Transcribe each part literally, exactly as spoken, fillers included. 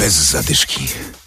Bez zadyszki.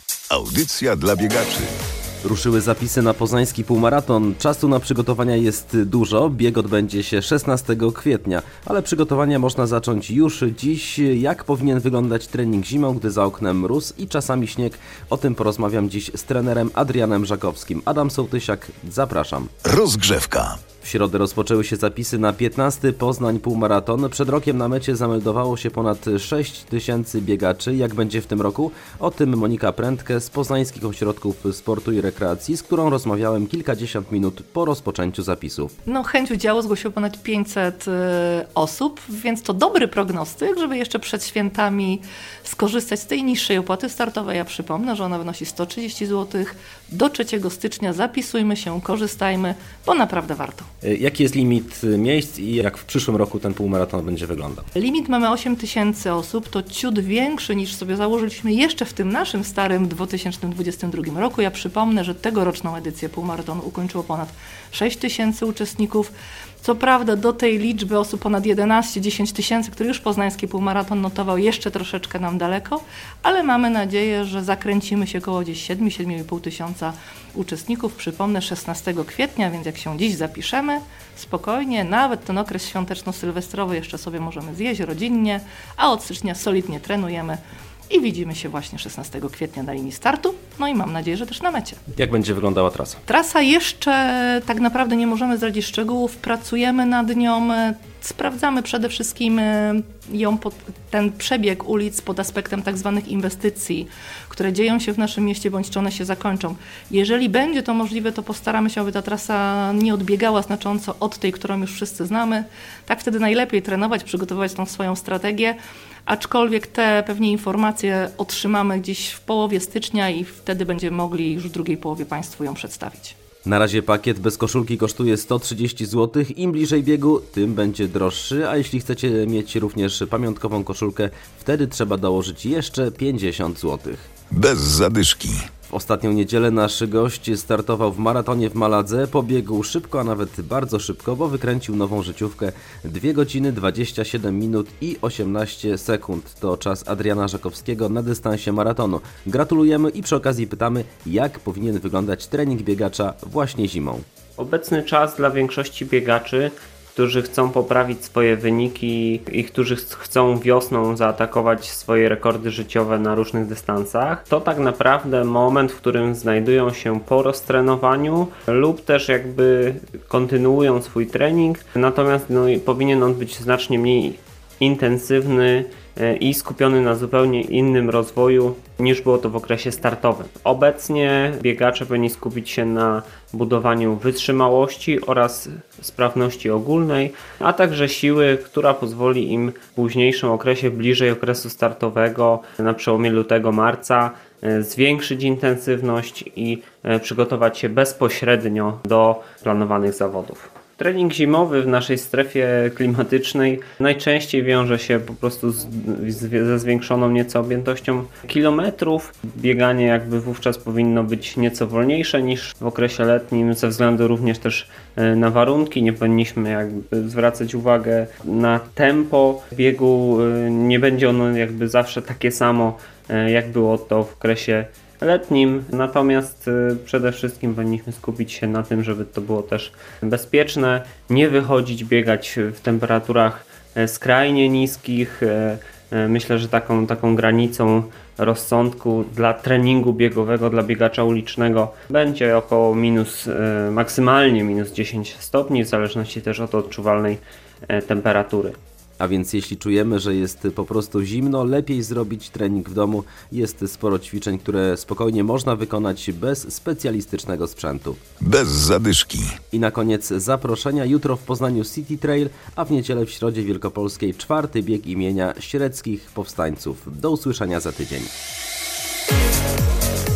Audycja dla biegaczy. Ruszyły zapisy na poznański półmaraton. Czasu na przygotowania jest dużo. Bieg odbędzie się szesnastego kwietnia, ale przygotowania można zacząć już dziś. Jak powinien wyglądać trening zimą, gdy za oknem mróz i czasami śnieg? O tym porozmawiam dziś z trenerem Adrianem Żakowskim. Adam Sołtysiak, zapraszam. Rozgrzewka. W środę rozpoczęły się zapisy na piętnasty Poznań półmaraton. Przed rokiem na mecie zameldowało się ponad sześć tysięcy biegaczy. Jak będzie w tym roku? O tym Monika Prędke z Poznańskich Ośrodków Sportu i Rekreacji, z którą rozmawiałem kilkadziesiąt minut po rozpoczęciu zapisów. No, chęć udziału zgłosiło ponad pięćset y, osób, więc to dobry prognostyk, żeby jeszcze przed świętami skorzystać z tej niższej opłaty startowej. Ja przypomnę, że ona wynosi sto trzydzieści złotych. Do trzeciego stycznia zapisujmy się, korzystajmy, bo naprawdę warto. Jaki jest limit miejsc i jak w przyszłym roku ten półmaraton będzie wyglądał? Limit mamy osiem tysięcy osób, to ciut większy niż sobie założyliśmy jeszcze w tym naszym starym dwa tysiące dwudziestym drugim roku. Ja przypomnę, że tegoroczną edycję półmaratonu ukończyło ponad sześć tysięcy uczestników. Co prawda do tej liczby osób ponad jedenaście do dziesięciu tysięcy, który już poznański półmaraton notował, jeszcze troszeczkę nam daleko, ale mamy nadzieję, że zakręcimy się około gdzieś siedem do siedmiu i pół tysiąca uczestników. Przypomnę, szesnastego kwietnia, więc jak się dziś zapiszemy, spokojnie, nawet ten okres świąteczno-sylwestrowy jeszcze sobie możemy zjeść rodzinnie, a od stycznia solidnie trenujemy. I widzimy się właśnie szesnastego kwietnia na linii startu, no i mam nadzieję, że też na mecie. Jak będzie wyglądała trasa? Trasa jeszcze tak naprawdę nie możemy zdradzić szczegółów, pracujemy nad nią, sprawdzamy przede wszystkim ją, pod, ten przebieg ulic pod aspektem tak zwanych inwestycji, które dzieją się w naszym mieście, bądź czy one się zakończą. Jeżeli będzie to możliwe, to postaramy się, aby ta trasa nie odbiegała znacząco od tej, którą już wszyscy znamy. Tak wtedy najlepiej trenować, przygotowywać tą swoją strategię, aczkolwiek te pewnie informacje otrzymamy gdzieś w połowie stycznia i wtedy będziemy mogli już w drugiej połowie Państwu ją przedstawić. Na razie pakiet bez koszulki kosztuje sto trzydzieści złotych. Im bliżej biegu, tym będzie droższy, a jeśli chcecie mieć również pamiątkową koszulkę, wtedy trzeba dołożyć jeszcze pięćdziesiąt złotych. Bez zadyszki. W ostatnią niedzielę nasz gość startował w maratonie w Maladze. Pobiegł szybko, a nawet bardzo szybko, bo wykręcił nową życiówkę. dwie godziny dwadzieścia siedem minut i osiemnaście sekund. To czas Adriana Żakowskiego na dystansie maratonu. Gratulujemy i przy okazji pytamy, jak powinien wyglądać trening biegacza właśnie zimą. Obecny czas dla większości biegaczy, którzy chcą poprawić swoje wyniki i którzy chcą wiosną zaatakować swoje rekordy życiowe na różnych dystansach, to tak naprawdę moment, w którym znajdują się po roztrenowaniu lub też jakby kontynuują swój trening, natomiast no, powinien on być znacznie mniej intensywny i skupiony na zupełnie innym rozwoju niż było to w okresie startowym. Obecnie biegacze powinni skupić się na budowaniu wytrzymałości oraz sprawności ogólnej, a także siły, która pozwoli im w późniejszym okresie, bliżej okresu startowego, na przełomie lutego-marca, zwiększyć intensywność i przygotować się bezpośrednio do planowanych zawodów. Trening zimowy w naszej strefie klimatycznej najczęściej wiąże się po prostu z, z, ze zwiększoną nieco objętością kilometrów. Bieganie jakby wówczas powinno być nieco wolniejsze niż w okresie letnim, ze względu również też na warunki. Nie powinniśmy jakby zwracać uwagę na tempo biegu. Nie będzie ono jakby zawsze takie samo, jak było to w okresie letnim, natomiast przede wszystkim powinniśmy skupić się na tym, żeby to było też bezpieczne, nie wychodzić, biegać w temperaturach skrajnie niskich. Myślę, że taką, taką granicą rozsądku dla treningu biegowego, dla biegacza ulicznego będzie około minus, maksymalnie minus dziesięć stopni, w zależności też od odczuwalnej temperatury. A więc jeśli czujemy, że jest po prostu zimno, lepiej zrobić trening w domu. Jest sporo ćwiczeń, które spokojnie można wykonać bez specjalistycznego sprzętu. Bez zadyszki. I na koniec zaproszenia. Jutro w Poznaniu City Trail, a w niedzielę w Środzie Wielkopolskiej czwarty bieg imienia Średzkich Powstańców. Do usłyszenia za tydzień.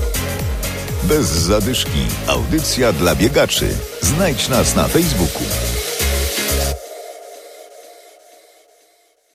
Bez zadyszki. Audycja dla biegaczy. Znajdź nas na Facebooku.